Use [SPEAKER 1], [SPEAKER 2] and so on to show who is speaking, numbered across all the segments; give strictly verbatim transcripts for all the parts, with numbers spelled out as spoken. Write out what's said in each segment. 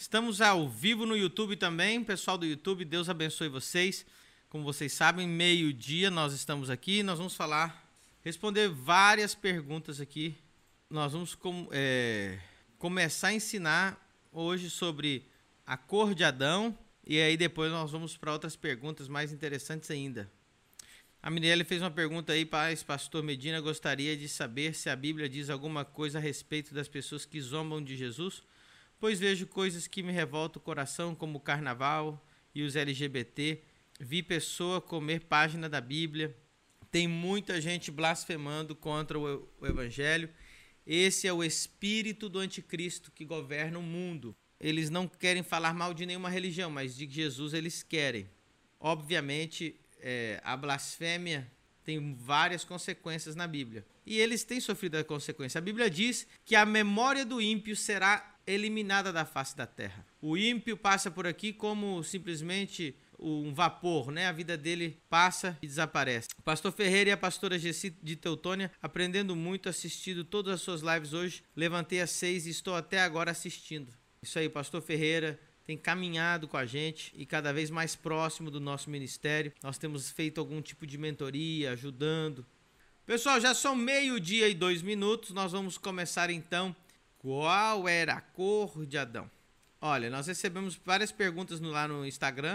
[SPEAKER 1] Estamos ao vivo no YouTube também, pessoal do YouTube, Deus abençoe vocês. Como vocês sabem, meio-dia nós estamos aqui, nós vamos falar, responder várias perguntas aqui. Nós vamos com, é, começar a ensinar hoje sobre a cor de Adão e aí depois nós vamos para outras perguntas mais interessantes ainda. A Mirelle fez uma pergunta aí, paz, pastor Medina, gostaria de saber se a Bíblia diz alguma coisa a respeito das pessoas que zombam de Jesus, pois vejo coisas que me revoltam o coração, como o carnaval e os L G B T. Vi pessoa comer página da Bíblia. Tem muita gente blasfemando contra o Evangelho. Esse é o espírito do anticristo que governa o mundo. Eles não querem falar mal de nenhuma religião, mas de Jesus eles querem. Obviamente, é, a blasfêmia tem várias consequências na Bíblia. E eles têm sofrido a consequência. A Bíblia diz que a memória do ímpio será eliminada da face da terra. O ímpio passa por aqui como simplesmente um vapor, né? A vida dele passa e desaparece. O pastor Ferreira e a pastora Gessi de Teutônia, aprendendo muito, assistindo todas as suas lives hoje. Levantei às seis e estou até agora assistindo. Isso aí, o pastor Ferreira tem caminhado com a gente e cada vez mais próximo do nosso ministério. Nós temos feito algum tipo de mentoria, ajudando. Pessoal, já são meio-dia e dois minutos. Nós vamos começar então. Qual era a cor de Adão? Olha, nós recebemos várias perguntas no, lá no Instagram.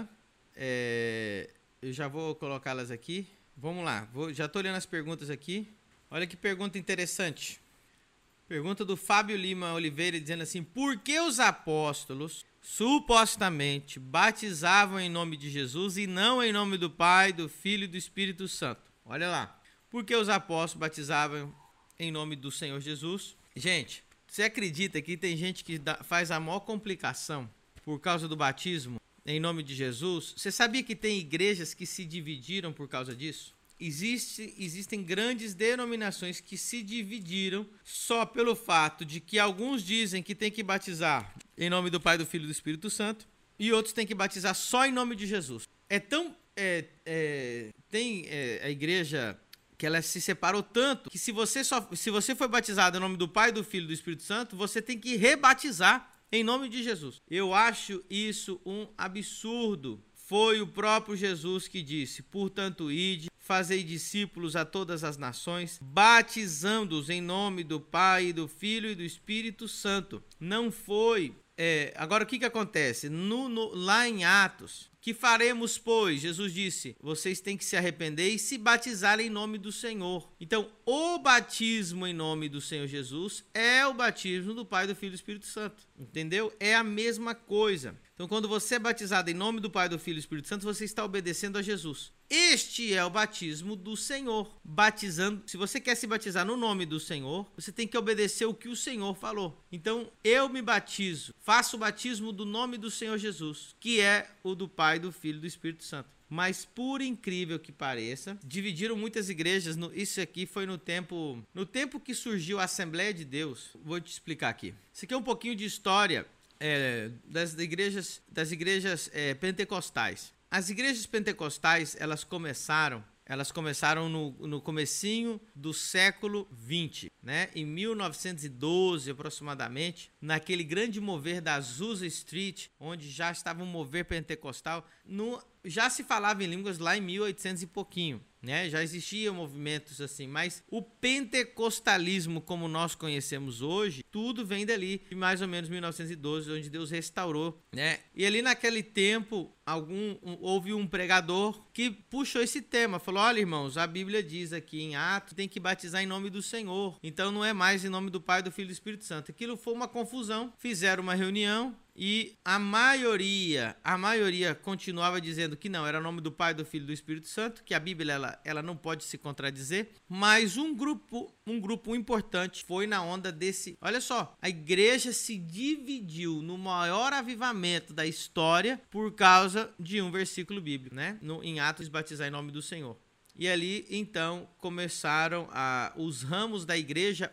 [SPEAKER 1] É, eu já vou colocá-las aqui. Vamos lá, vou, já estou olhando as perguntas aqui. Olha que pergunta interessante. Pergunta do Fábio Lima Oliveira, dizendo assim: por que os apóstolos supostamente batizavam em nome de Jesus e não em nome do Pai, do Filho e do Espírito Santo? Olha lá. Por que os apóstolos batizavam em nome do Senhor Jesus? Gente, você acredita que tem gente que dá, faz a maior complicação por causa do batismo em nome de Jesus? Você sabia que tem igrejas que se dividiram por causa disso? Existe, existem grandes denominações que se dividiram só pelo fato de que alguns dizem que tem que batizar em nome do Pai, do Filho e do Espírito Santo e outros têm que batizar só em nome de Jesus. É tão... É, é, tem é, a igreja que ela se separou tanto que se você, só, se você foi batizado em nome do Pai, do Filho e do Espírito Santo, você tem que rebatizar em nome de Jesus. Eu acho isso um absurdo. Foi o próprio Jesus que disse: portanto, ide, fazei discípulos a todas as nações, batizando-os em nome do Pai, do Filho e do Espírito Santo. Não foi... É, agora, o que, que acontece? No, no, lá em Atos, que faremos, pois? Jesus disse, vocês têm que se arrepender e se batizar em nome do Senhor. Então, o batismo em nome do Senhor Jesus é o batismo do Pai, do Filho e do Espírito Santo. Entendeu? É a mesma coisa. Então, quando você é batizado em nome do Pai, do Filho e do Espírito Santo, você está obedecendo a Jesus. Este é o batismo do Senhor. Batizando, se você quer se batizar no nome do Senhor, você tem que obedecer o que o Senhor falou. Então, eu me batizo, faço o batismo do nome do Senhor Jesus, que é o do Pai, do Filho e do Espírito Santo. Mas, por incrível que pareça, dividiram muitas igrejas. No, isso aqui foi no tempo, no tempo que surgiu a Assembleia de Deus. Vou te explicar aqui. Isso aqui é um pouquinho de história é, das igrejas, das igrejas é, pentecostais. As igrejas pentecostais, elas começaram, elas começaram no, no comecinho do século vinte, né? Em mil novecentos e doze, aproximadamente, naquele grande mover da Azusa Street, onde já estava um mover pentecostal, no, já se falava em línguas lá em mil e oitocentos e pouquinho, né? Já existiam movimentos assim, mas o pentecostalismo como nós conhecemos hoje, tudo vem dali, de mais ou menos mil novecentos e doze, onde Deus restaurou, né? E ali naquele tempo, algum, um, houve um pregador que puxou esse tema, falou: olha, irmãos, a Bíblia diz aqui em Atos, tem que batizar em nome do Senhor, então não é mais em nome do Pai, do Filho e do Espírito Santo. Aquilo foi uma confusão, fizeram uma reunião, e a maioria, a maioria continuava dizendo que não, era o nome do Pai, do Filho e do Espírito Santo, que a Bíblia ela, ela não pode se contradizer, mas um grupo, um grupo importante foi na onda desse... Olha só, a igreja se dividiu no maior avivamento da história por causa de um versículo bíblico, né? No, em Atos, batizar em nome do Senhor. E ali, então, começaram a, os ramos da igreja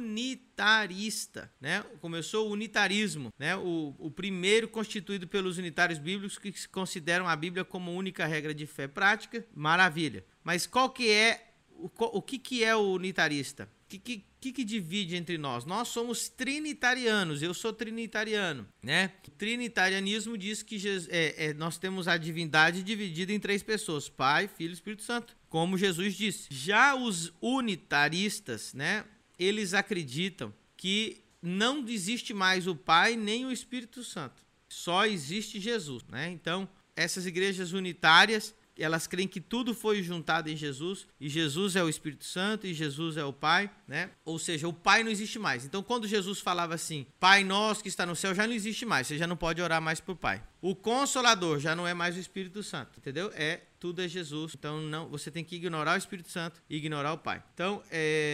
[SPEAKER 1] unitarista, né? Começou o unitarismo, né? O, o primeiro constituído pelos unitários bíblicos que consideram a Bíblia como única regra de fé prática. Maravilha. Mas qual que é o, o que, que é o unitarista? O que, que, que, que divide entre nós? Nós somos trinitarianos, eu sou trinitariano, né? O trinitarianismo diz que Jesus, é, é, nós temos a divindade dividida em três pessoas, Pai, Filho e Espírito Santo, como Jesus disse. Já os unitaristas, né? Eles acreditam que não existe mais o Pai nem o Espírito Santo, só existe Jesus, né? Então, essas igrejas unitárias, elas creem que tudo foi juntado em Jesus, e Jesus é o Espírito Santo, e Jesus é o Pai, né? Ou seja, o Pai não existe mais. Então, quando Jesus falava assim, Pai nosso que está no céu, já não existe mais, você já não pode orar mais por Pai. O Consolador já não é mais o Espírito Santo, entendeu? É, tudo é Jesus, então não, você tem que ignorar o Espírito Santo e ignorar o Pai. Então,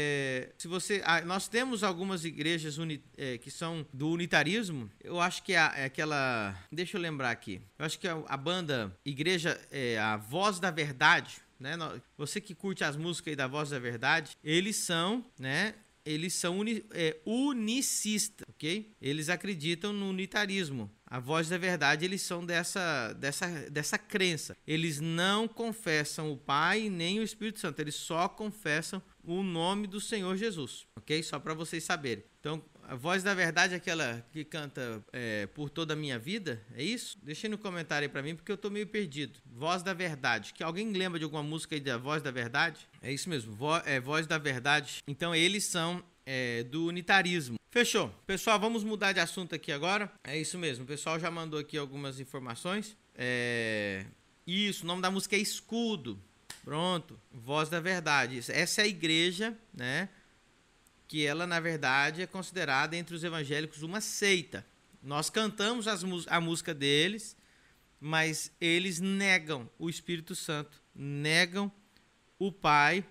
[SPEAKER 1] é, se você, ah, nós temos algumas igrejas uni, é, que são do unitarismo, eu acho que é, é aquela, deixa eu lembrar aqui, eu acho que a, a banda Igreja, é, a Voz da Verdade, né? Você que curte as músicas aí da Voz da Verdade, eles são, né? Eles são uni, é, unicistas, ok? Eles acreditam no unitarismo. A Voz da Verdade, eles são dessa, dessa, dessa crença. Eles não confessam o Pai nem o Espírito Santo. Eles só confessam o nome do Senhor Jesus, ok? Só para vocês saberem. Então, a Voz da Verdade é aquela que canta é, por toda a minha vida, é isso? Deixa aí no comentário aí para mim, porque eu tô meio perdido. Voz da Verdade. Que alguém lembra de alguma música aí da Voz da Verdade? É isso mesmo, Vo é, Voz da Verdade. Então, eles são é, do unitarismo. Fechou. Pessoal, vamos mudar de assunto aqui agora. É isso mesmo, o pessoal já mandou aqui algumas informações. É... Isso, o nome da música é Escudo. Pronto, Voz da Verdade. Essa é a igreja, né? Que ela, na verdade, é considerada entre os evangélicos uma seita. Nós cantamos as, a música deles, mas eles negam o Espírito Santo, negam o Pai.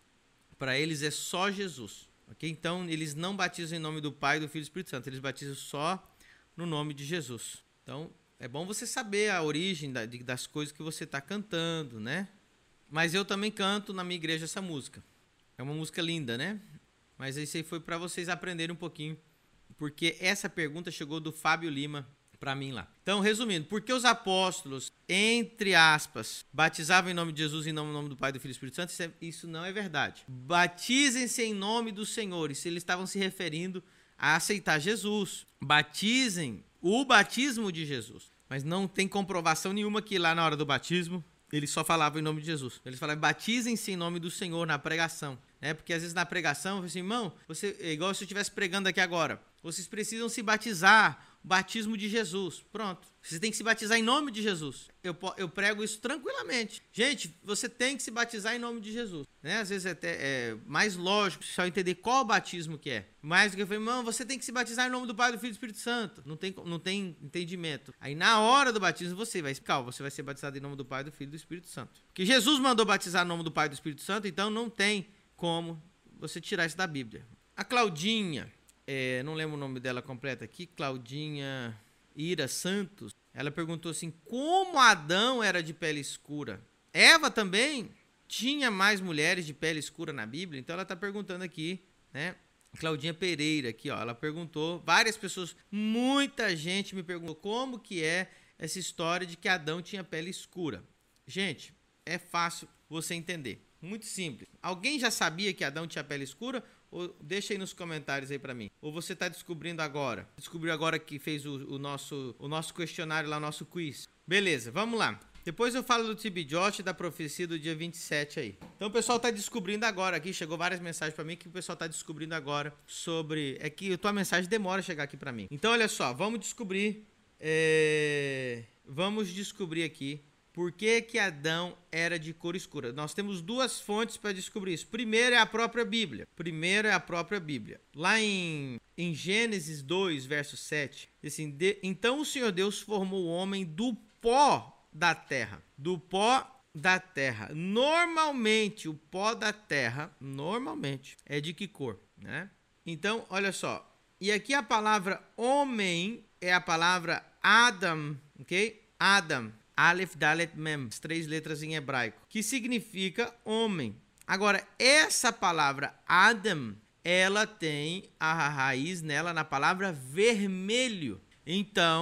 [SPEAKER 1] Para eles é só Jesus. Okay? Então, eles não batizam em nome do Pai, do Filho e do Espírito Santo. Eles batizam só no nome de Jesus. Então, é bom você saber a origem da, de, das coisas que você está cantando, né? Mas eu também canto na minha igreja essa música. É uma música linda, né? Mas isso aí foi para vocês aprenderem um pouquinho. Porque essa pergunta chegou do Fábio Lima para mim lá. Então, resumindo, por que os apóstolos, entre aspas, batizavam em nome de Jesus e não em nome do Pai, do Filho e do Espírito Santo? Isso, é, isso não é verdade. Batizem-se em nome do Senhor. Isso eles estavam se referindo a aceitar Jesus. Batizem o batismo de Jesus. Mas não tem comprovação nenhuma que lá na hora do batismo eles só falavam em nome de Jesus. Eles falavam, batizem-se em nome do Senhor na pregação. Né? Porque às vezes na pregação, assim, irmão, você, é igual se eu estivesse pregando aqui agora. Vocês precisam se batizar, o batismo de Jesus. Pronto. Vocês têm que se batizar em nome de Jesus. Eu, eu prego isso tranquilamente. Gente, você tem que se batizar em nome de Jesus. Né? Às vezes é até é mais lógico só entender qual batismo que é. Mais do que eu falei, irmão, você tem que se batizar em nome do Pai, do Filho e do Espírito Santo. Não tem, não tem entendimento. Aí na hora do batismo você vai explicar, você vai ser batizado em nome do Pai, do Filho e do Espírito Santo. Porque Jesus mandou batizar em nome do Pai e do Espírito Santo, então não tem como você tirar isso da Bíblia. A Claudinha, é, não lembro o nome dela completo aqui, Claudinha Ira Santos, ela perguntou assim, como Adão era de pele escura? Eva também tinha mais mulheres de pele escura na Bíblia? Então ela está perguntando aqui, né? Claudinha Pereira aqui, ó, ela perguntou, várias pessoas, muita gente me perguntou como que é essa história de que Adão tinha pele escura. Gente, é fácil você entender. Muito simples. Alguém já sabia que Adão tinha pele escura? Ou deixa aí nos comentários aí pra mim. Ou você tá descobrindo agora? Descobriu agora que fez o, o, nosso, o nosso questionário lá, o nosso quiz. Beleza, vamos lá. Depois eu falo do T B Josh e da profecia do dia vinte e sete aí. Então o pessoal tá descobrindo agora aqui. Chegou várias mensagens pra mim que o pessoal tá descobrindo agora sobre... É que a tua mensagem demora a chegar aqui pra mim. Então olha só, vamos descobrir... É... Vamos descobrir aqui por que que Adão era de cor escura. Nós temos duas fontes para descobrir isso. Primeiro é a própria Bíblia. Primeiro é a própria Bíblia. Lá em, em Gênesis dois, verso sete, diz assim, de, então o Senhor Deus formou o homem do pó da terra. Do pó da terra. Normalmente, o pó da terra, normalmente, é de que cor? Né? Então, olha só. E aqui a palavra homem é a palavra Adam, ok? Adam. Aleph, Dalet, Mem, as três letras em hebraico, que significa homem. Agora, essa palavra Adam, ela tem a raiz nela na palavra vermelho. Então,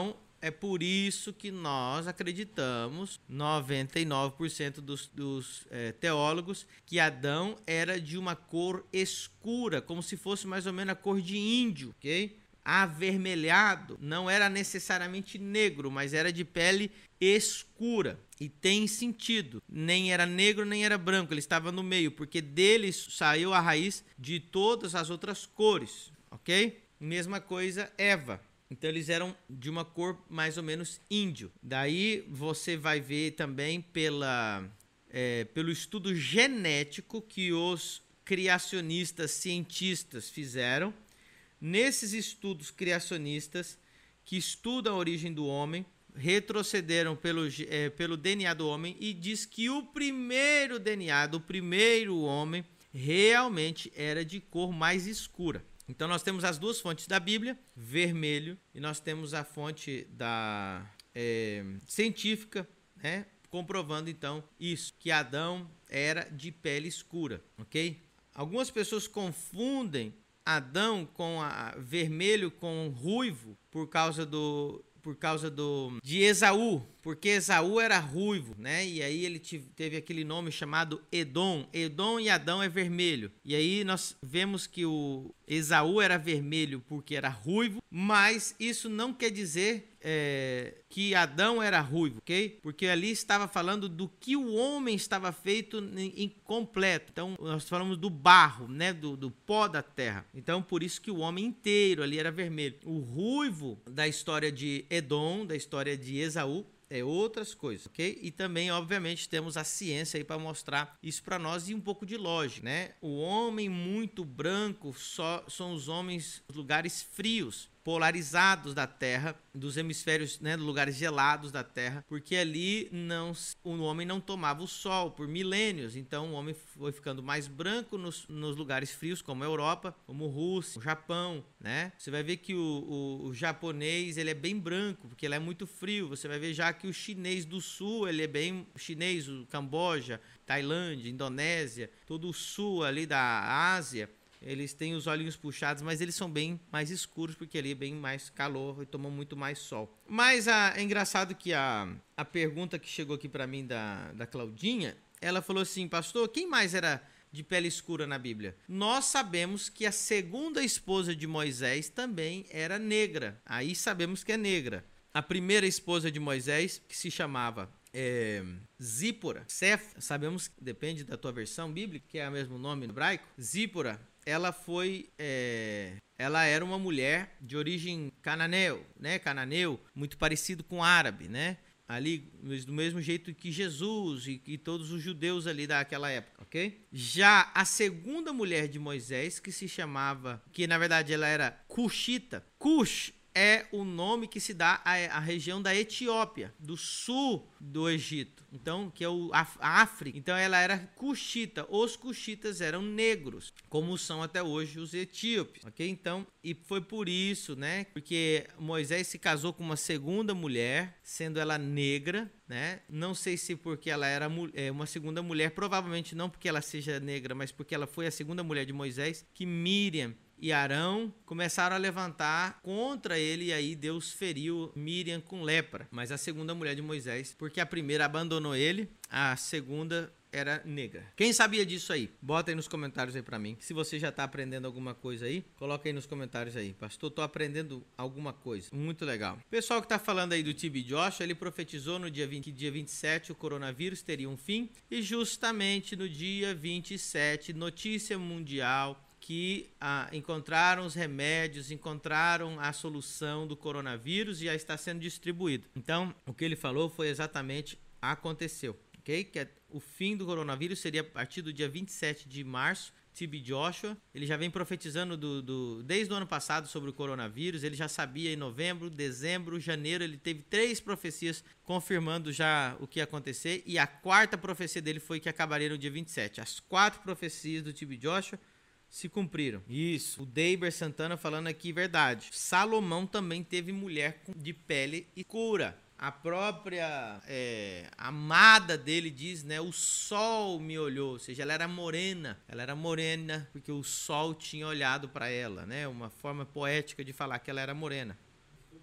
[SPEAKER 1] é por isso que nós acreditamos, noventa e nove por cento dos, dos é, teólogos, que Adão era de uma cor escura, como se fosse mais ou menos a cor de índio, ok? Avermelhado, não era necessariamente negro, mas era de pele escura. E tem sentido, nem era negro nem era branco, ele estava no meio, porque dele saiu a raiz de todas as outras cores, ok? Mesma coisa Eva. Então eles eram de uma cor mais ou menos índio. Daí você vai ver também pela, é, pelo estudo genético que os criacionistas cientistas fizeram. Nesses estudos criacionistas que estudam a origem do homem, retrocederam pelo, é, pelo D N A do homem e diz que o primeiro D N A do primeiro homem realmente era de cor mais escura. Então nós temos as duas fontes da Bíblia, vermelho, e nós temos a fonte da é, científica, né, comprovando então isso, que Adão era de pele escura, ok? Algumas pessoas confundem Adão com a, vermelho com ruivo por causa do por causa do de Esaú, porque Esaú era ruivo, né? E aí ele teve aquele nome chamado Edom. Edom e Adão é vermelho. E aí nós vemos que o Esaú era vermelho porque era ruivo, mas isso não quer dizer é, que Adão era ruivo, ok? Porque ali estava falando do que o homem estava feito incompleto. Então nós falamos do barro, né? Do, do pó da terra. Então por isso que o homem inteiro ali era vermelho. O ruivo da história de Edom, da história de Esaú, é outras coisas, ok? E também, obviamente, temos a ciência aí para mostrar isso para nós e um pouco de lógica, né? O homem muito branco só são os homens dos lugares frios, polarizados da Terra, dos hemisférios, né, dos lugares gelados da Terra, porque ali não, o homem não tomava o sol por milênios, então o homem foi ficando mais branco nos, nos lugares frios, como a Europa, como Rússia, o Japão, né? Você vai ver que o, o, o japonês, ele é bem branco, porque ele é muito frio. Você vai ver já que o chinês do sul, ele é bem o chinês, o Camboja, Tailândia, Indonésia, todo o sul ali da Ásia, eles têm os olhinhos puxados, mas eles são bem mais escuros, porque ali é bem mais calor e tomam muito mais sol. Mas a, é engraçado que a, a pergunta que chegou aqui para mim da, da Claudinha, ela falou assim: pastor, quem mais era de pele escura na Bíblia? Nós sabemos que a segunda esposa de Moisés também era negra. Aí sabemos que é negra. A primeira esposa de Moisés, que se chamava É, Zípora, Sef, sabemos, depende da tua versão bíblica, que é o mesmo nome no hebraico, Zípora, ela foi, é, ela era uma mulher de origem cananeu, né, cananeu, muito parecido com árabe, né, ali do mesmo jeito que Jesus e, e todos os judeus ali daquela época, ok? Já a segunda mulher de Moisés, que se chamava, que na verdade ela era Cushita, Cush é o nome que se dá à, à região da Etiópia, do sul do Egito, então, que é o, a, a África. Então ela era cuxita. Os cuxitas eram negros, como são até hoje os etíopes, ok? Então, e foi por isso, né? Porque Moisés se casou com uma segunda mulher, sendo ela negra, né? Não sei se porque ela era é, uma segunda mulher, provavelmente não porque ela seja negra, mas porque ela foi a segunda mulher de Moisés, que Miriam e Arão começaram a levantar contra ele, e aí Deus feriu Miriam com lepra. Mas a segunda mulher de Moisés, porque a primeira abandonou ele, a segunda era negra. Quem sabia disso aí? Bota aí nos comentários aí pra mim. Se você já tá aprendendo alguma coisa aí, coloca aí nos comentários aí. Pastor, tô aprendendo alguma coisa. Muito legal. O pessoal que tá falando aí do T B Joshua, ele profetizou no dia vinte, que dia vinte e sete o coronavírus teria um fim, e justamente no dia vinte e sete, notícia mundial, que ah, encontraram os remédios, encontraram a solução do coronavírus e já está sendo distribuído. Então, o que ele falou foi exatamente aconteceu, ok? Que é, o fim do coronavírus seria a partir do dia vinte e sete de março. T B Joshua, ele já vem profetizando do, do, desde o ano passado sobre o coronavírus. Ele já sabia em novembro, dezembro, janeiro, ele teve três profecias confirmando já o que ia acontecer, e a quarta profecia dele foi que acabaria no dia vinte e sete. As quatro profecias do T B Joshua se cumpriram. Isso. O Deiber Santana falando aqui, verdade. Salomão também teve mulher de pele escura. A própria é, amada dele diz, né? O sol me olhou. Ou seja, ela era morena. Ela era morena porque o sol tinha olhado para ela, né? Uma forma poética de falar que ela era morena.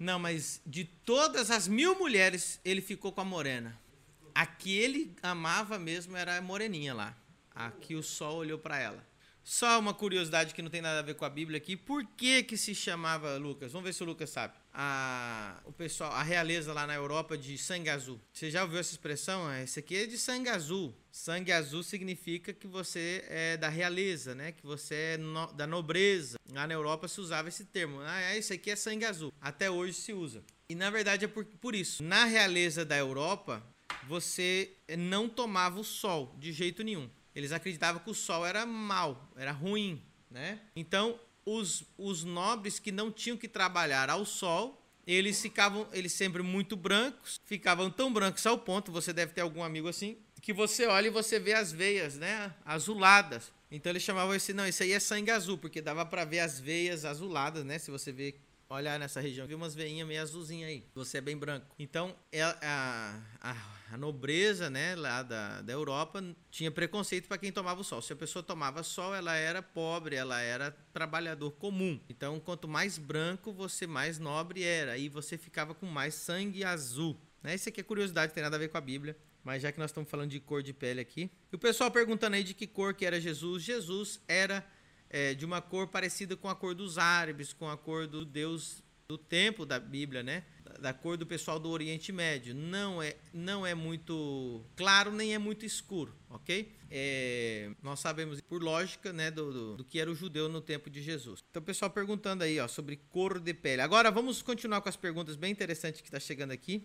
[SPEAKER 1] Não, mas de todas as mil mulheres, ele ficou com a morena. A que ele amava mesmo era a moreninha lá. A que o sol olhou para ela. Só uma curiosidade que não tem nada a ver com a Bíblia aqui. Por que que se chamava Lucas? Vamos ver se o Lucas sabe. A, o pessoal, a realeza lá na Europa de sangue azul. Você já ouviu essa expressão? Esse aqui é de sangue azul. Sangue azul significa que você é da realeza, né? Que você é no, da nobreza. Lá na Europa se usava esse termo. Ah, esse aqui é sangue azul. Até hoje se usa. E na verdade é por, por isso. Na realeza da Europa, você não tomava o sol de jeito nenhum. Eles acreditavam que o sol era mau, era ruim, né? Então, os, os nobres que não tinham que trabalhar ao sol, eles ficavam, eles sempre muito brancos, ficavam tão brancos ao ponto, você deve ter algum amigo assim, que você olha e você vê as veias, né, azuladas. Então, eles chamavam esse, não, esse aí é sangue azul, porque dava para ver as veias azuladas, né? Se você vê, olhar nessa região, vê umas veinhas meio azulzinhas aí, você é bem branco. Então, a, a, a nobreza, né, lá da, da Europa tinha preconceito para quem tomava o sol. Se a pessoa tomava sol, ela era pobre, ela era trabalhador comum. Então, quanto mais branco, você mais nobre era. Aí você ficava com mais sangue azul. Né? Isso aqui é curiosidade, não tem nada a ver com a Bíblia. Mas já que nós estamos falando de cor de pele aqui. E o pessoal perguntando aí de que cor que era Jesus. Jesus era... É, de uma cor parecida com a cor dos árabes, com a cor do Deus do templo da Bíblia, né? Da, da cor do pessoal do Oriente Médio. Não é, não é muito claro, nem é muito escuro, ok? É, nós sabemos, por lógica, né, do, do, do que era o judeu no tempo de Jesus. Então, o pessoal perguntando aí, ó, sobre cor de pele. Agora, vamos continuar com as perguntas bem interessantes que está chegando aqui.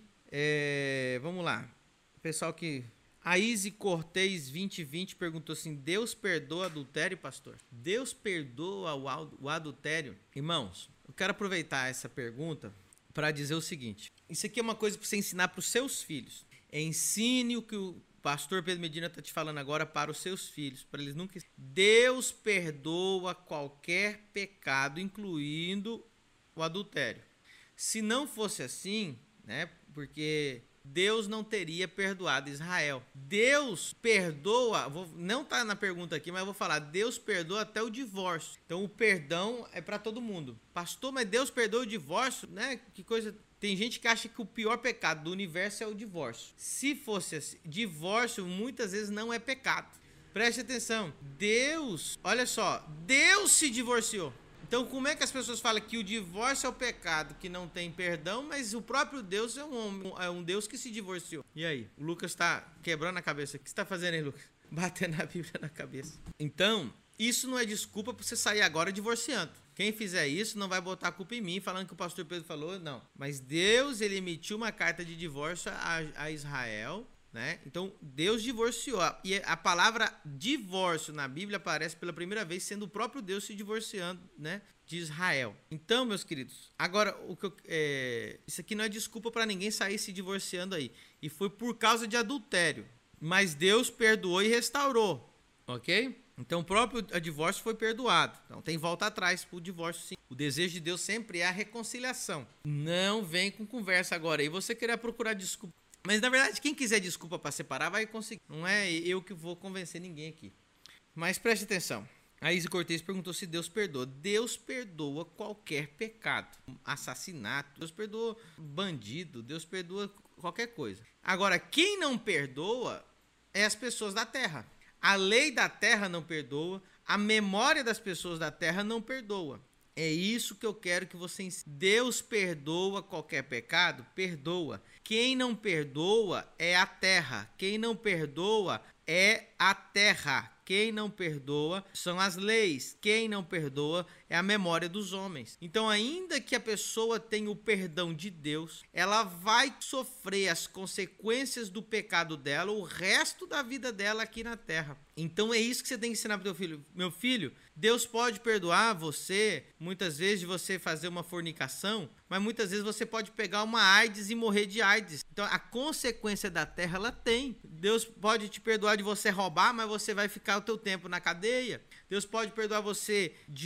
[SPEAKER 1] É, vamos lá. O pessoal que... A Izzy Cortez vinte vinte perguntou assim: Deus perdoa adultério, pastor? Deus perdoa o adultério? Irmãos, eu quero aproveitar essa pergunta para dizer o seguinte. Isso aqui é uma coisa para você ensinar para os seus filhos. Ensine o que o pastor Pedro Medina está te falando agora para os seus filhos, para eles nunca... Deus perdoa qualquer pecado, incluindo o adultério. Se não fosse assim, né, porque... Deus não teria perdoado Israel. Deus perdoa, vou, não está na pergunta aqui, mas eu vou falar, Deus perdoa até o divórcio. Então o perdão é para todo mundo. Pastor, mas Deus perdoa o divórcio? Né? Que coisa... Tem gente que acha que o pior pecado do universo é o divórcio. Se fosse assim, divórcio muitas vezes não é pecado. Preste atenção, Deus, olha só, Deus se divorciou. Então, como é que as pessoas falam que o divórcio é o pecado, que não tem perdão, mas o próprio Deus é um, é um Deus que se divorciou? E aí? O Lucas está quebrando a cabeça. O que você está fazendo aí, Lucas? Batendo a Bíblia na cabeça. Então, isso não é desculpa para você sair agora divorciando. Quem fizer isso não vai botar a culpa em mim, falando que o pastor Pedro falou, não. Mas Deus, ele emitiu uma carta de divórcio a, a Israel, né? Então, Deus divorciou. E a palavra divórcio na Bíblia aparece pela primeira vez sendo o próprio Deus se divorciando, né, de Israel. Então, meus queridos, agora, o que eu, é, isso aqui não é desculpa para ninguém sair se divorciando aí. E foi por causa de adultério. Mas Deus perdoou e restaurou, ok? Então, o próprio divórcio foi perdoado. Então, tem volta atrás para o divórcio, sim. O desejo de Deus sempre é a reconciliação. Não vem com conversa agora. E você querer procurar desculpa. Mas, na verdade, quem quiser desculpa para separar, vai conseguir. Não é eu que vou convencer ninguém aqui. Mas preste atenção. A Izzy Cortez perguntou se Deus perdoa. Deus perdoa qualquer pecado. Assassinato. Deus perdoa bandido. Deus perdoa qualquer coisa. Agora, quem não perdoa é as pessoas da terra. A lei da terra não perdoa. A memória das pessoas da terra não perdoa. É isso que eu quero que você ensine. Deus perdoa qualquer pecado? Perdoa. Quem não perdoa é a terra. Quem não perdoa é a terra. Quem não perdoa são as leis. Quem não perdoa é a memória dos homens. Então, ainda que a pessoa tenha o perdão de Deus, ela vai sofrer as consequências do pecado dela o resto da vida dela aqui na terra. Então, é isso que você tem que ensinar para o teu filho. Meu filho, Deus pode perdoar você, muitas vezes, de você fazer uma fornicação, mas muitas vezes você pode pegar uma AIDS e morrer de AIDS. Então, a consequência da terra, ela tem. Deus pode te perdoar de você roubar, mas você vai ficar o teu tempo na cadeia. Deus pode perdoar você de um adultério,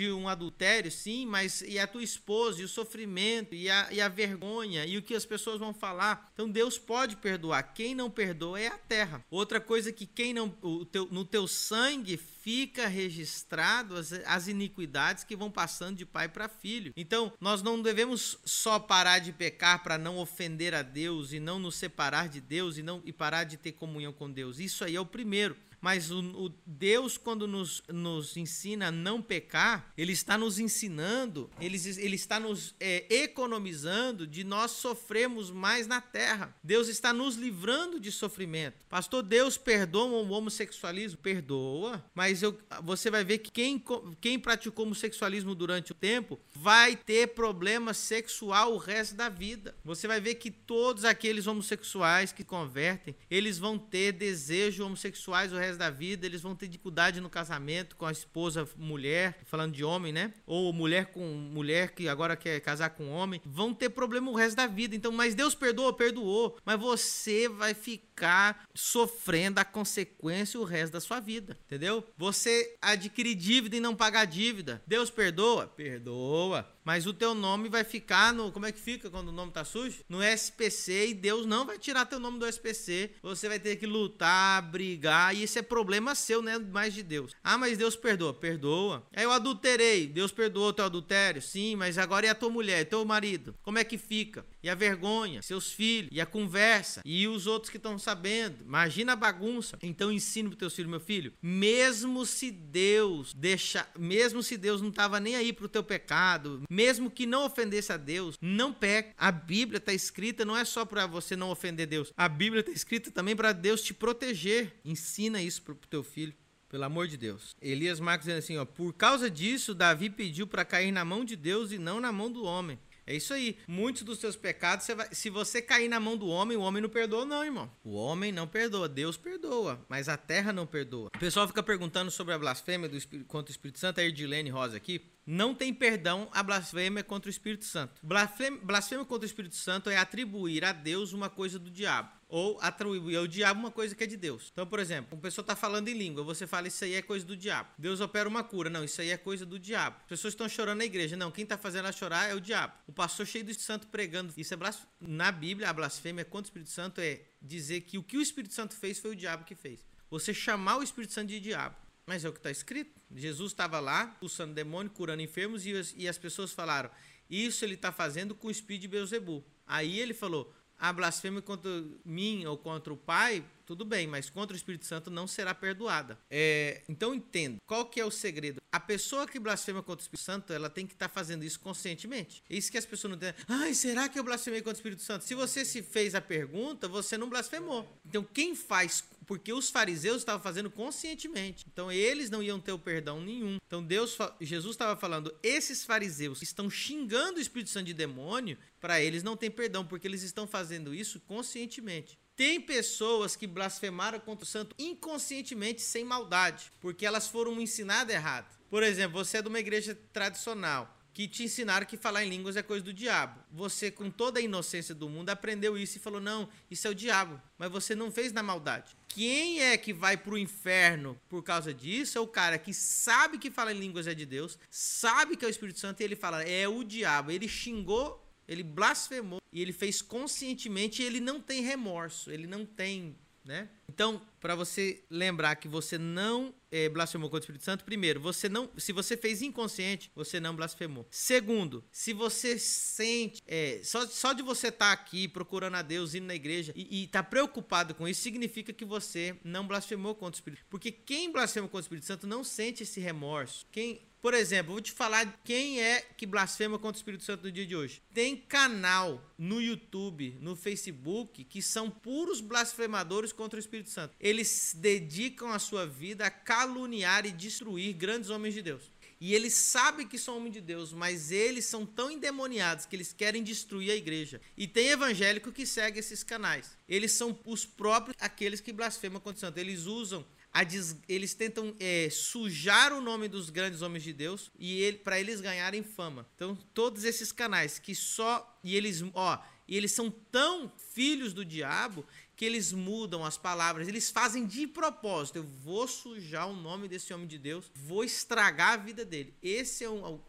[SPEAKER 1] adultério, sim, mas e a tua esposa, e o sofrimento, e a, e a vergonha, e o que as pessoas vão falar. Então Deus pode perdoar. Quem não perdoa é a terra. Outra coisa que quem não, o teu, no teu sangue fica registrado as, as iniquidades que vão passando de pai para filho. Então nós não devemos só parar de pecar para não ofender a Deus e não nos separar de Deus e, não, e parar de ter comunhão com Deus. Isso aí é o primeiro. Mas o, o Deus, quando nos, nos ensina a não pecar, Ele está nos ensinando, Ele, ele está nos é, economizando de nós sofrermos mais na terra. Deus está nos livrando de sofrimento. Pastor, Deus perdoa o homossexualismo? Perdoa, mas eu, você vai ver que quem, quem praticou homossexualismo durante o tempo vai ter problema sexual o resto da vida. Você vai ver que todos aqueles homossexuais que convertem, eles vão ter desejo homossexuais o resto da vida, eles vão ter dificuldade no casamento com a esposa mulher, falando de homem, né? Ou mulher com mulher que agora quer casar com homem, vão ter problema o resto da vida. Então, mas Deus perdoa, perdoou, mas você vai ficar sofrendo a consequência o resto da sua vida, entendeu? Você adquirir dívida e não pagar dívida, Deus perdoa? Perdoa. Mas o teu nome vai ficar no... Como é que fica quando o nome tá sujo? No S P C, e Deus não vai tirar teu nome do S P C. Você vai ter que lutar, brigar, e isso é problema seu, né? Mais de Deus. Ah, mas Deus perdoa. Perdoa. Aí eu adulterei. Deus perdoou o teu adultério? Sim, mas agora e a tua mulher, teu marido? Como é que fica? E a vergonha? Seus filhos? E a conversa? E os outros que estão sabendo? Imagina a bagunça. Então ensina para teus filhos, meu filho, mesmo se Deus deixa, mesmo se Deus não estava nem aí pro teu pecado, mesmo que não ofendesse a Deus, não peque. A Bíblia está escrita, não é só para você não ofender Deus. A Bíblia está escrita também para Deus te proteger. Ensina isso para o teu filho, pelo amor de Deus. Elias Marcos dizendo assim, ó, por causa disso, Davi pediu para cair na mão de Deus e não na mão do homem. É isso aí. Muitos dos seus pecados, você vai, se você cair na mão do homem, o homem não perdoa não, irmão. O homem não perdoa, Deus perdoa, mas a terra não perdoa. O pessoal fica perguntando sobre a blasfêmia do Espírito, contra o Espírito Santo, a Erdilene Rosa aqui. Não tem perdão a blasfêmia contra o Espírito Santo. Blasfêmia, blasfêmia contra o Espírito Santo é atribuir a Deus uma coisa do diabo. Ou atribuir ao diabo uma coisa que é de Deus. Então, por exemplo, uma pessoa está falando em língua, você fala, isso aí é coisa do diabo. Deus opera uma cura. Não, isso aí é coisa do diabo. As pessoas estão chorando na igreja. Não, quem está fazendo ela chorar é o diabo. O pastor cheio do Espírito Santo pregando. Isso é blasfêmia. Na Bíblia, a blasfêmia contra o Espírito Santo é dizer que o que o Espírito Santo fez foi o diabo que fez. Você chamar o Espírito Santo de diabo. Mas é o que está escrito. Jesus estava lá, expulsando demônio, curando enfermos, e as, e as pessoas falaram, isso ele está fazendo com o espírito de Beelzebu. Aí ele falou, a blasfêmia contra mim ou contra o Pai, tudo bem, mas contra o Espírito Santo não será perdoada. É, então entenda, qual que é o segredo? A pessoa que blasfema contra o Espírito Santo, ela tem que estar tá fazendo isso conscientemente. É isso que as pessoas não entendem. Ai, será que eu blasfemei contra o Espírito Santo? Se você se fez a pergunta, você não blasfemou. Então quem faz... Porque os fariseus estavam fazendo conscientemente. Então eles não iam ter o perdão nenhum. Então Deus, Jesus estava falando, esses fariseus que estão xingando o Espírito Santo de demônio, para eles não tem perdão, porque eles estão fazendo isso conscientemente. Tem pessoas que blasfemaram contra o santo inconscientemente, sem maldade, porque elas foram ensinadas errado. Por exemplo, você é de uma igreja tradicional, que te ensinaram que falar em línguas é coisa do diabo. Você, com toda a inocência do mundo, aprendeu isso e falou, não, isso é o diabo. Mas você não fez na maldade. Quem é que vai pro inferno por causa disso é o cara que sabe que falar em línguas é de Deus, sabe que é o Espírito Santo e ele fala, é o diabo. Ele xingou, ele blasfemou e ele fez conscientemente e ele não tem remorso, ele não tem... Né? Então, para você lembrar que você não é, blasfemou contra o Espírito Santo, primeiro, você não, se você fez inconsciente, você não blasfemou. Segundo, se você sente, é, só, só de você estar tá aqui procurando a Deus, indo na igreja e estar tá preocupado com isso, significa que você não blasfemou contra o Espírito. Porque quem blasfema contra o Espírito Santo não sente esse remorso. Quem... Por exemplo, vou te falar quem é que blasfema contra o Espírito Santo no dia de hoje. Tem canal no YouTube, no Facebook, que são puros blasfemadores contra o Espírito Santo. Eles dedicam a sua vida a caluniar e destruir grandes homens de Deus. E eles sabem que são homens de Deus, mas eles são tão endemoniados que eles querem destruir a igreja. E tem evangélico que segue esses canais. Eles são os próprios, aqueles que blasfemam contra o Santo. Eles usam... Des... Eles tentam é, sujar o nome dos grandes homens de Deus e ele... para eles ganharem fama. Então, todos esses canais que só... E eles, ó, e eles são tão filhos do diabo que eles mudam as palavras. Eles fazem de propósito. Eu vou sujar o nome desse homem de Deus, vou estragar a vida dele. Esse é um...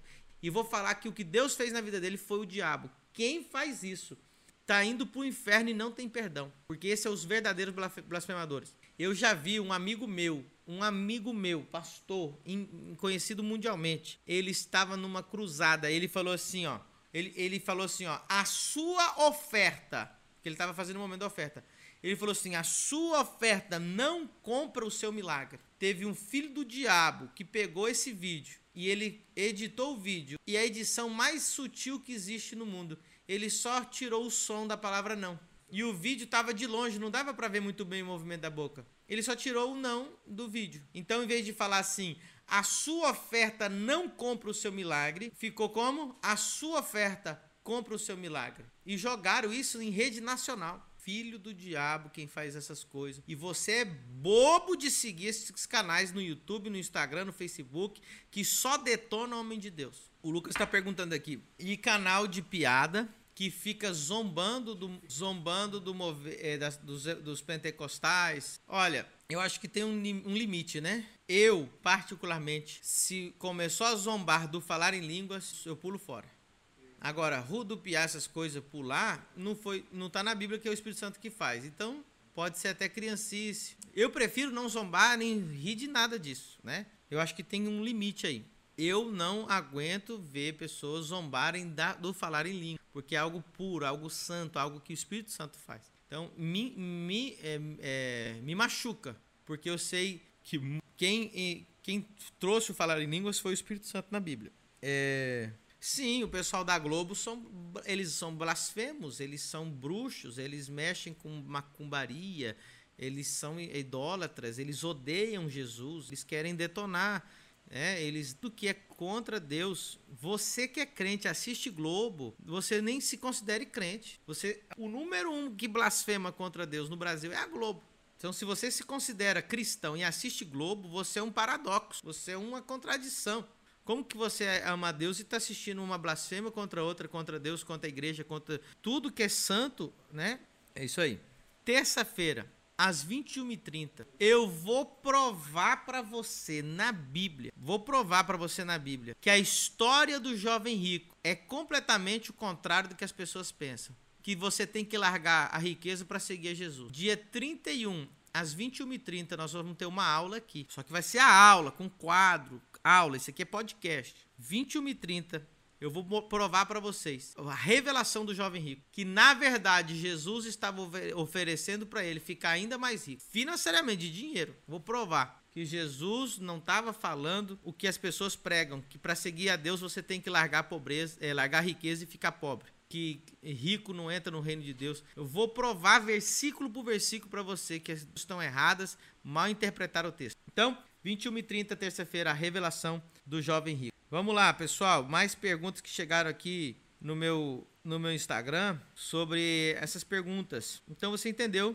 [SPEAKER 1] e vou falar que o que Deus fez na vida dele foi o diabo. Quem faz isso está indo para o inferno e não tem perdão, porque esses são os verdadeiros blasfemadores. Eu já vi um amigo meu, um amigo meu, pastor, conhecido mundialmente, ele estava numa cruzada, ele falou assim, ó, ele, ele falou assim, ó, a sua oferta, que ele estava fazendo um momento da oferta, ele falou assim, a sua oferta não compra o seu milagre. Teve um filho do diabo que pegou esse vídeo e ele editou o vídeo, e a edição mais sutil que existe no mundo, ele só tirou o som da palavra não. E o vídeo estava de longe, não dava para ver muito bem o movimento da boca. Ele só tirou o não do vídeo. Então, em vez de falar assim, a sua oferta não compra o seu milagre, ficou como? A sua oferta compra o seu milagre. E jogaram isso em rede nacional. Filho do diabo quem faz essas coisas. E você é bobo de seguir esses canais no YouTube, no Instagram, no Facebook, que só detonam o homem de Deus. O Lucas está perguntando aqui. E canal de piada que fica zombando do, zombando do move, é, das, dos, dos pentecostais. Olha, eu acho que tem um, um limite, né? Eu, particularmente, se começou a zombar do falar em línguas, eu pulo fora. Agora, rodopiar essas coisas, pular, não, foi, não tá na Bíblia, que é o Espírito Santo que faz. Então, pode ser até criancice. Eu prefiro não zombar nem rir de nada disso, né? Eu acho que tem um limite aí. Eu não aguento ver pessoas zombarem da, do falar em língua, porque é algo puro, algo santo, algo que o Espírito Santo faz. Então, me, me, é, é, me machuca, porque eu sei que quem, quem trouxe o falar em línguas foi o Espírito Santo na Bíblia. É, sim, o pessoal da Globo, são, eles são blasfemos, eles são bruxos, eles mexem com macumbaria, eles são idólatras, eles odeiam Jesus, eles querem detonar. É, eles do que é contra Deus. Você que é crente, assiste Globo, você nem se considere crente. Você, o número um que blasfema contra Deus no Brasil é a Globo. Então, se você se considera cristão e assiste Globo, você é um paradoxo, você é uma contradição. Como que você ama a Deus e está assistindo uma blasfêmia contra outra, contra Deus, contra a igreja, contra tudo que é santo, né? É isso aí. Terça-feira, às vinte e uma e trinta, eu vou provar para você na Bíblia, vou provar para você na Bíblia, que a história do jovem rico é completamente o contrário do que as pessoas pensam, que você tem que largar a riqueza para seguir a Jesus. Dia trinta e um, às vinte e uma e trinta, nós vamos ter uma aula aqui, só que vai ser a aula com quadro, aula, isso aqui é podcast. vinte e uma e trinta, eu vou provar para vocês a revelação do jovem rico, que na verdade Jesus estava oferecendo para ele ficar ainda mais rico, financeiramente, de dinheiro. Vou provar que Jesus não estava falando o que as pessoas pregam, que para seguir a Deus você tem que largar a pobreza, é, largar a riqueza e ficar pobre, que rico não entra no reino de Deus. Eu vou provar versículo por versículo para você que estão erradas, mal interpretaram o texto. Então, vinte e uma e trinta, terça-feira, a revelação do jovem rico. Vamos lá, pessoal, mais perguntas que chegaram aqui no meu, no meu Instagram sobre essas perguntas. Então você entendeu?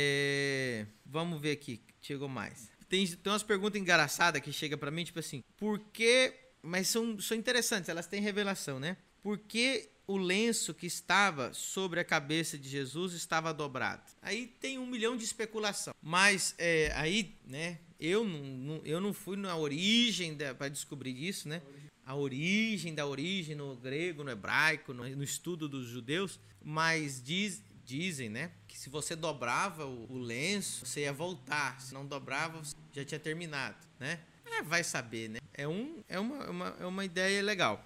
[SPEAKER 1] É, vamos ver aqui, chegou mais. Tem, tem umas perguntas engraçadas que chegam para mim, tipo assim, por que, mas são, são interessantes, elas têm revelação, né? Por que o lenço que estava sobre a cabeça de Jesus estava dobrado? Aí tem um milhão de especulação, mas é, aí, né, eu não, eu não fui na origem para descobrir isso, né? A origem da origem no grego, no hebraico, no, no estudo dos judeus, mas diz, dizem, né, que se você dobrava o, o lenço, você ia voltar, se não dobrava, já tinha terminado, né? É, vai saber, né? É, um, é, uma, uma, é uma ideia legal.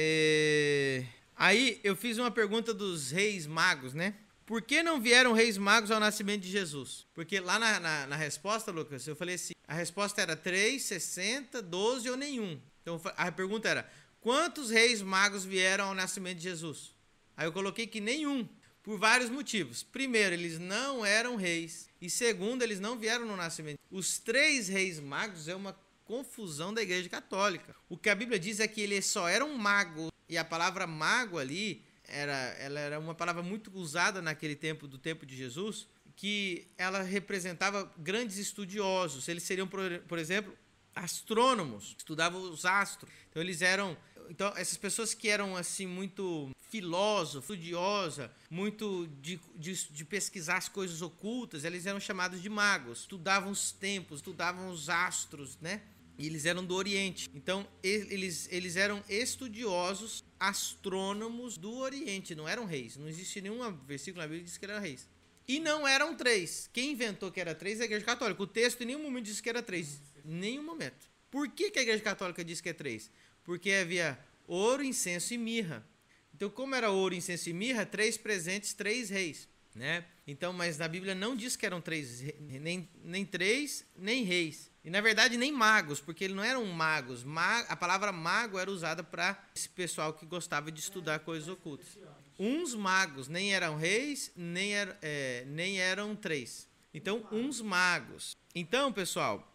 [SPEAKER 1] É... Aí eu fiz uma pergunta dos reis magos, né? Por que não vieram reis magos ao nascimento de Jesus? Porque lá na, na, na resposta, Lucas, eu falei assim, a resposta era três, sessenta, doze ou nenhum. Então a pergunta era, quantos reis magos vieram ao nascimento de Jesus? Aí eu coloquei que nenhum, por vários motivos. Primeiro, eles não eram reis. E segundo, eles não vieram no nascimento. Os três reis magos é uma confusão da Igreja Católica. O que a Bíblia diz é que eles só eram magos. E a palavra mago ali, era, ela era uma palavra muito usada naquele tempo, do tempo de Jesus, que ela representava grandes estudiosos. Eles seriam, por, por exemplo, astrônomos, estudavam os astros. Então eles eram, então essas pessoas que eram assim muito filósofos, estudiosa, muito de, de, de pesquisar as coisas ocultas, eles eram chamados de magos. Estudavam os tempos, estudavam os astros, né? E eles eram do Oriente. Então, eles, eles eram estudiosos, astrônomos do Oriente. Não eram reis. Não existe nenhum versículo na Bíblia que diz que eram reis. E não eram três. Quem inventou que era três é a Igreja Católica. O texto em nenhum momento diz que era três. Nenhum momento. Por que, que a Igreja Católica diz que é três? Porque havia ouro, incenso e mirra. Então, como era ouro, incenso e mirra, três presentes, três reis, né? Então, mas na Bíblia não diz que eram três, nem, nem três, nem reis. E, na verdade, nem magos, porque eles não eram magos. Ma- a palavra mago era usada para esse pessoal que gostava de estudar coisas ocultas. Uns magos, nem eram reis, nem, er, é, nem eram três. Então, uns magos. Então, pessoal,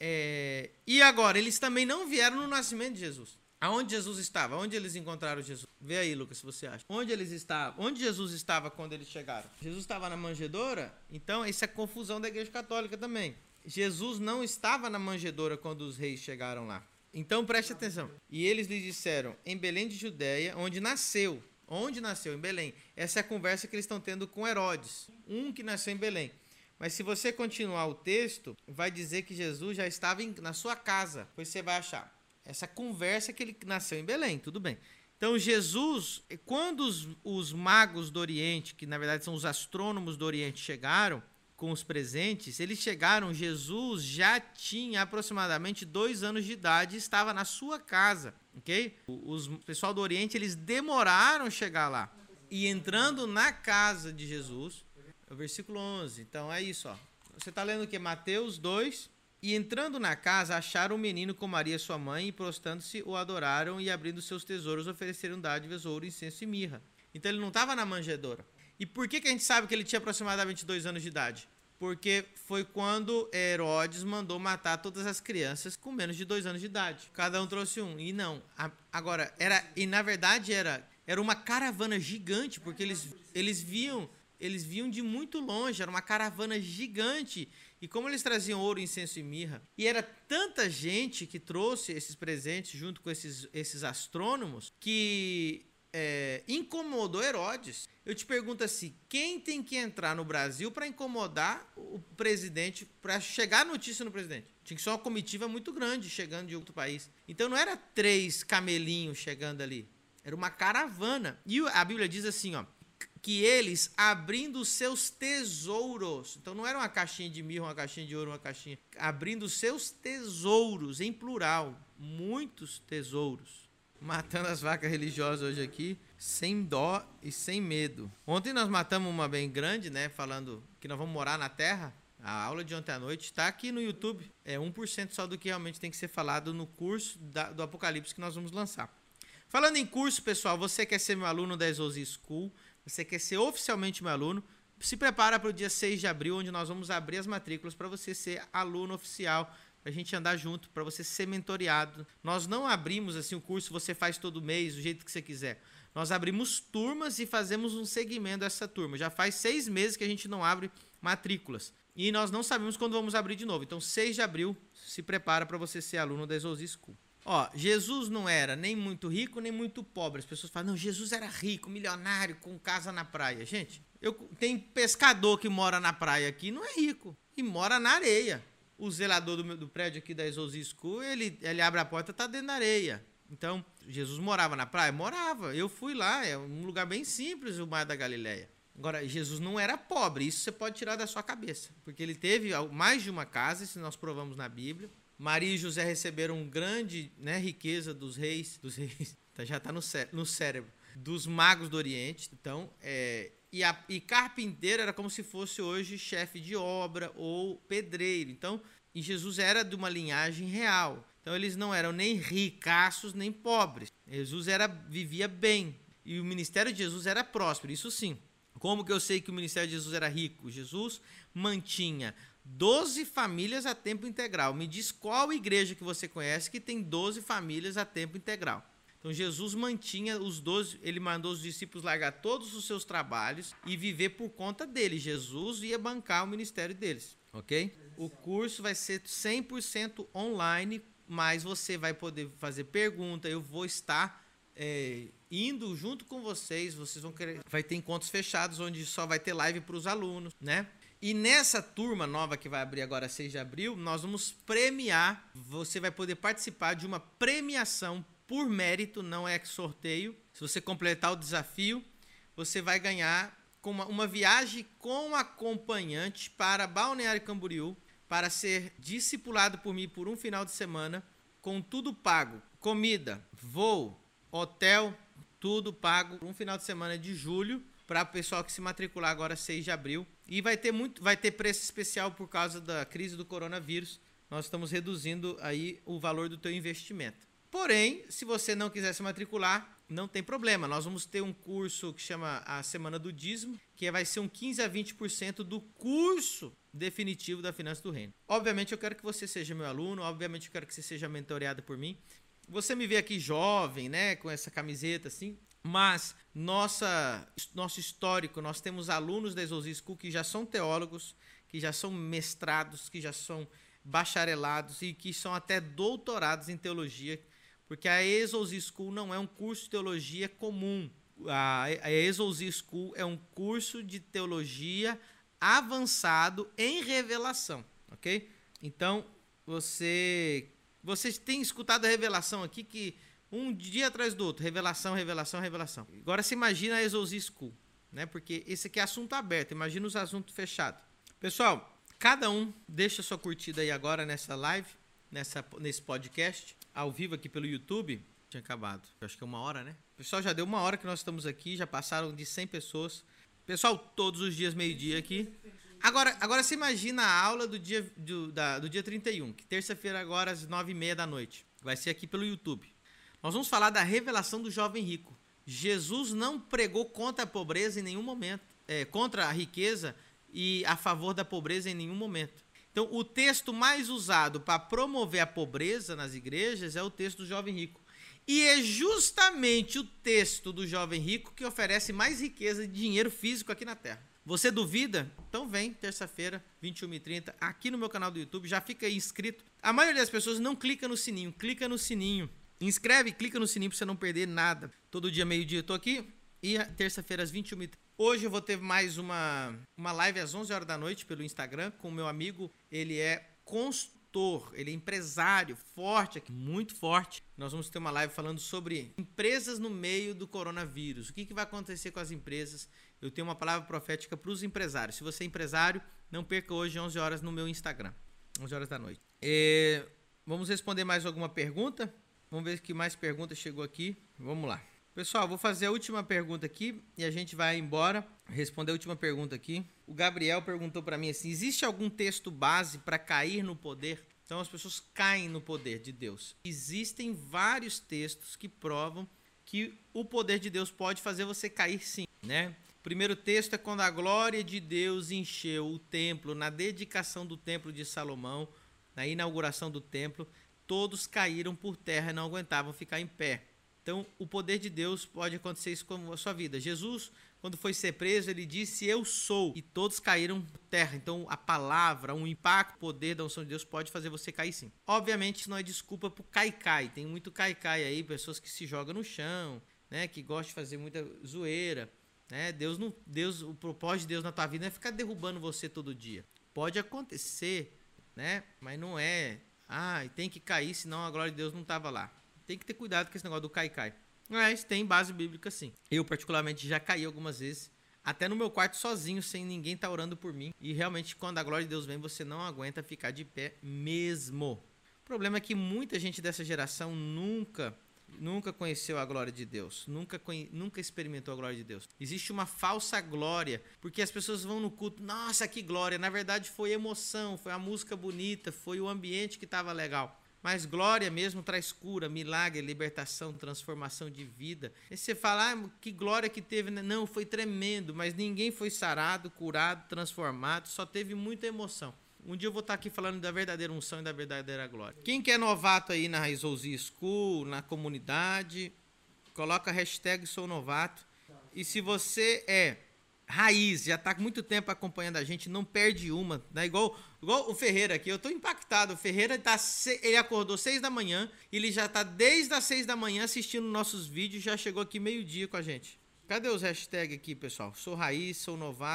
[SPEAKER 1] é, e agora, eles também não vieram no nascimento de Jesus. Aonde Jesus estava? Onde eles encontraram Jesus? Vê aí, Lucas, se você acha. Onde eles estavam? Onde Jesus estava quando eles chegaram? Jesus estava na manjedoura? Então, isso é confusão da Igreja Católica também. Jesus não estava na manjedoura quando os reis chegaram lá. Então, preste atenção. E eles lhe disseram, em Belém de Judeia, onde nasceu. Onde nasceu? Em Belém. Essa é a conversa que eles estão tendo com Herodes. Um que nasceu em Belém. Mas se você continuar o texto, vai dizer que Jesus já estava em, na sua casa. Pois você vai achar. Essa conversa que ele nasceu em Belém, tudo bem. Então, Jesus, quando os, os magos do Oriente, que na verdade são os astrônomos do Oriente, chegaram com os presentes, eles chegaram, Jesus já tinha aproximadamente dois anos de idade e estava na sua casa, ok? Os, o pessoal do Oriente, eles demoraram a chegar lá. E entrando na casa de Jesus, é o versículo onze, então é isso, ó. Você está lendo o que? Mateus dois... E entrando na casa, acharam o menino com Maria sua mãe, e prostando-se, o adoraram, e abrindo seus tesouros, ofereceram dádivas, ouro, incenso e mirra. Então ele não estava na manjedoura. E por que, que a gente sabe que ele tinha aproximadamente dois anos de idade? Porque foi quando Herodes mandou matar todas as crianças com menos de dois anos de idade. Cada um trouxe um. E não. A, agora, era, e na verdade era, era uma caravana gigante, porque eles, eles viam... Eles vinham de muito longe, era uma caravana gigante. E como eles traziam ouro, incenso e mirra, e era tanta gente que trouxe esses presentes junto com esses, esses astrônomos, que é, incomodou Herodes. Eu te pergunto assim, quem tem que entrar no Brasil para incomodar o presidente, para chegar a notícia no presidente? Tinha que ser uma comitiva muito grande chegando de outro país. Então não era três camelinhos chegando ali, era uma caravana. E a Bíblia diz assim, ó, que eles, abrindo os seus tesouros, então não era uma caixinha de mirra, uma caixinha de ouro, uma caixinha, abrindo os seus tesouros, em plural, muitos tesouros, matando as vacas religiosas hoje aqui, sem dó e sem medo. Ontem nós matamos uma bem grande, né, falando que nós vamos morar na terra. A aula de ontem à noite está aqui no YouTube, é um por cento só do que realmente tem que ser falado no curso da, do Apocalipse que nós vamos lançar. Falando em curso, pessoal, você quer ser meu aluno da Exousia School, você quer ser oficialmente meu aluno, se prepara para o dia seis de abril, onde nós vamos abrir as matrículas para você ser aluno oficial, para a gente andar junto, para você ser mentoreado. Nós não abrimos assim o curso, você faz todo mês, do jeito que você quiser. Nós abrimos turmas e fazemos um segmento dessa turma. Já faz seis meses que a gente não abre matrículas. E nós não sabemos quando vamos abrir de novo. Então, seis de abril, se prepara para você ser aluno da Exousia School. Ó, Jesus não era nem muito rico, nem muito pobre. As pessoas falam, não, Jesus era rico, milionário, com casa na praia. Gente, eu, tem pescador que mora na praia aqui, não é rico, e mora na areia. O zelador do, do prédio aqui da Exousia School, ele, ele abre a porta, tá dentro da areia. Então, Jesus morava na praia? Morava. Eu fui lá, é um lugar bem simples, o Mar da Galileia. Agora, Jesus não era pobre, isso você pode tirar da sua cabeça, porque ele teve mais de uma casa, isso nós provamos na Bíblia. Maria e José receberam grande, né, riqueza dos reis, dos reis, já está no, cé no cérebro, dos magos do Oriente. Então, é, e, a, e carpinteiro era como se fosse hoje chefe de obra ou pedreiro. Então, e Jesus era de uma linhagem real. Então, eles não eram nem ricaços nem pobres. Jesus era, vivia bem e o ministério de Jesus era próspero, isso sim. Como que eu sei que o ministério de Jesus era rico? Jesus mantinha doze famílias a tempo integral. Me diz qual igreja que você conhece que tem doze famílias a tempo integral. Então Jesus mantinha os doze, ele mandou os discípulos largar todos os seus trabalhos e viver por conta dele. Jesus ia bancar o ministério deles, ok? O curso vai ser cem por cento online, mas você vai poder fazer pergunta, eu vou estar é, indo junto com vocês, vocês vão querer, vai ter encontros fechados onde só vai ter live para os alunos, né? E nessa turma nova que vai abrir agora seis de abril, nós vamos premiar, você vai poder participar de uma premiação por mérito, não é sorteio. Se você completar o desafio, você vai ganhar uma, uma viagem com acompanhante para Balneário Camboriú, para ser discipulado por mim por um final de semana, com tudo pago. Comida, voo, hotel, tudo pago. Um final de semana de julho, para o pessoal que se matricular agora seis de abril. E vai ter, muito, vai ter preço especial por causa da crise do coronavírus. Nós estamos reduzindo aí o valor do teu investimento. Porém, se você não quiser se matricular, não tem problema. Nós vamos ter um curso que chama a Semana do Dízimo, que vai ser um quinze a vinte por cento do curso definitivo da Finança do Reino. Obviamente eu quero que você seja meu aluno, obviamente eu quero que você seja mentoreado por mim. Você me vê aqui jovem, né, com essa camiseta assim, mas nossa, nosso histórico, nós temos alunos da Exousia School que já são teólogos, que já são mestrados, que já são bacharelados e que são até doutorados em teologia, porque a Exousia School não é um curso de teologia comum. A, a Exousia School é um curso de teologia avançado em revelação, ok? Então, você, você tem escutado a revelação aqui que um dia atrás do outro, revelação, revelação, revelação. Agora você imagina a Exousia School, né? Porque esse aqui é assunto aberto, imagina os assuntos fechados. Pessoal, cada um deixa sua curtida aí agora nessa live, nessa, nesse podcast, ao vivo aqui pelo YouTube. Tinha acabado, eu acho que é uma hora, né? Pessoal, já deu uma hora que nós estamos aqui, já passaram de cem pessoas. Pessoal, todos os dias, meio-dia aqui. Agora, agora você imagina a aula do dia, do, da, do dia trinta e um, que terça-feira agora às nove e meia da noite. Vai ser aqui pelo YouTube. Nós vamos falar da revelação do jovem rico. Jesus não pregou contra a pobreza em nenhum momento, é, contra a riqueza e a favor da pobreza em nenhum momento. Então, o texto mais usado para promover a pobreza nas igrejas é o texto do jovem rico. E é justamente o texto do jovem rico que oferece mais riqueza de dinheiro físico aqui na Terra. Você duvida? Então vem, terça-feira, vinte e uma e trinta, aqui no meu canal do YouTube, já fica aí inscrito. A maioria das pessoas não clica no sininho, clica no sininho. Inscreve, clica no sininho para você não perder nada. Todo dia, meio-dia, eu tô aqui. E terça-feira, às vinte e uma e trinta. Hoje eu vou ter mais uma, uma live às onze horas da noite pelo Instagram com o meu amigo. Ele é consultor, ele é empresário forte, aqui, muito forte. Nós vamos ter uma live falando sobre empresas no meio do coronavírus. O que, que vai acontecer com as empresas? Eu tenho uma palavra profética para os empresários. Se você é empresário, não perca hoje, onze horas, no meu Instagram. onze horas da noite. É, vamos responder mais alguma pergunta? Vamos ver que mais perguntas chegou aqui. Vamos lá. Pessoal, vou fazer a última pergunta aqui e a gente vai embora. Responder a última pergunta aqui. O Gabriel perguntou para mim assim, existe algum texto base para cair no poder? Então as pessoas caem no poder de Deus. Existem vários textos que provam que o poder de Deus pode fazer você cair sim, né? O primeiro texto é quando a glória de Deus encheu o templo, na dedicação do templo de Salomão, na inauguração do templo. Todos caíram por terra e não aguentavam ficar em pé. Então, o poder de Deus pode acontecer isso com a sua vida. Jesus, quando foi ser preso, ele disse, eu sou. E todos caíram por terra. Então, a palavra, um impacto, o poder da unção de Deus pode fazer você cair sim. Obviamente, isso não é desculpa para o cai-cai. Tem muito cai-cai aí, pessoas que se jogam no chão, né, que gostam de fazer muita zoeira. Né? Deus não, Deus, o propósito de Deus na tua vida não é ficar derrubando você todo dia. Pode acontecer, né? Mas não é... Ah, tem que cair, senão a glória de Deus não estava lá. Tem que ter cuidado com esse negócio do cai-cai. Mas tem base bíblica sim. Eu, particularmente, já caí algumas vezes. Até no meu quarto sozinho, sem ninguém estar orando por mim. E realmente, quando a glória de Deus vem, você não aguenta ficar de pé mesmo. O problema é que muita gente dessa geração nunca, nunca conheceu a glória de Deus. Nunca, nunca experimentou a glória de Deus. Existe uma falsa glória. Porque as pessoas vão no culto. Nossa, que glória. Na verdade, foi emoção. Foi a música bonita. Foi o ambiente que estava legal. Mas glória mesmo traz cura, milagre, libertação, transformação de vida. E você fala, ah, que glória que teve. Não, foi tremendo, mas ninguém foi sarado, curado, transformado, só teve muita emoção. Um dia eu vou estar aqui falando da verdadeira unção e da verdadeira glória. Quem que é novato aí na Exousia School, na comunidade, coloca a hashtag sou novato. E se você é raiz, já está com muito tempo acompanhando a gente, não perde uma, né? Igual, igual o Ferreira aqui, eu estou impactado. O Ferreira tá, ele acordou seis da manhã, ele já está desde as seis da manhã assistindo nossos vídeos, já chegou aqui meio-dia com a gente. Cadê os hashtags aqui, pessoal? Sou raiz, sou novato.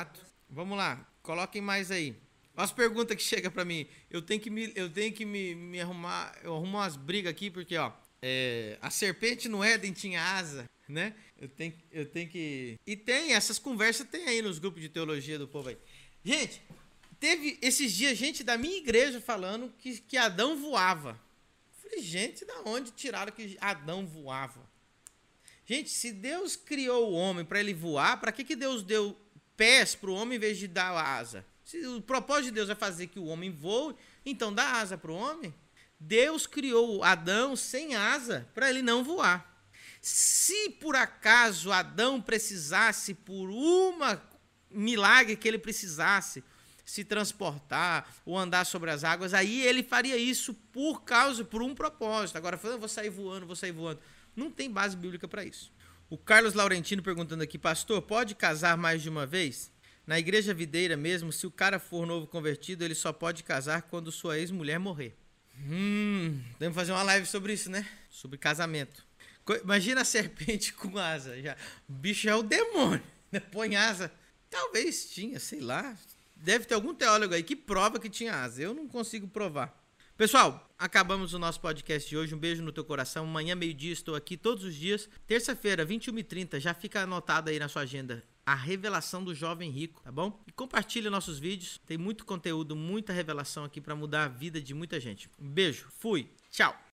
[SPEAKER 1] Vamos lá, coloquem mais aí. Olha as perguntas que chegam pra mim. Eu tenho que me, eu tenho que me, me arrumar, eu arrumo umas brigas aqui, porque, ó, é, a serpente no Éden tinha asa, né? Eu tenho, eu tenho que... E tem, essas conversas tem aí nos grupos de teologia do povo aí. Gente, teve esses dias gente da minha igreja falando que, que Adão voava. Eu falei, gente, da onde tiraram que Adão voava? Gente, se Deus criou o homem para ele voar, para que, que Deus deu pés para o homem em vez de dar asa? Se o propósito de Deus é fazer que o homem voe, então dá asa para o homem. Deus criou Adão sem asa para ele não voar. Se por acaso Adão precisasse, por uma milagre que ele precisasse, se transportar ou andar sobre as águas, aí ele faria isso por causa, por um propósito. Agora, falando, eu vou sair voando, vou sair voando. Não tem base bíblica para isso. O Carlos Laurentino perguntando aqui, pastor, pode casar mais de uma vez? Na igreja videira mesmo, se o cara for novo convertido, ele só pode casar quando sua ex-mulher morrer. Hum, devemos fazer uma live sobre isso, né? Sobre casamento. Imagina a serpente com asa. Já. O bicho é o demônio. Põe asa. Talvez tinha, sei lá. Deve ter algum teólogo aí que prova que tinha asa. Eu não consigo provar. Pessoal, acabamos o nosso podcast de hoje. Um beijo no teu coração. Amanhã, meio-dia, estou aqui todos os dias. Terça-feira, vinte e uma e trinta, já fica anotado aí na sua agenda a revelação do jovem rico, tá bom? E compartilhe nossos vídeos. Tem muito conteúdo, muita revelação aqui para mudar a vida de muita gente. Um beijo, fui, tchau!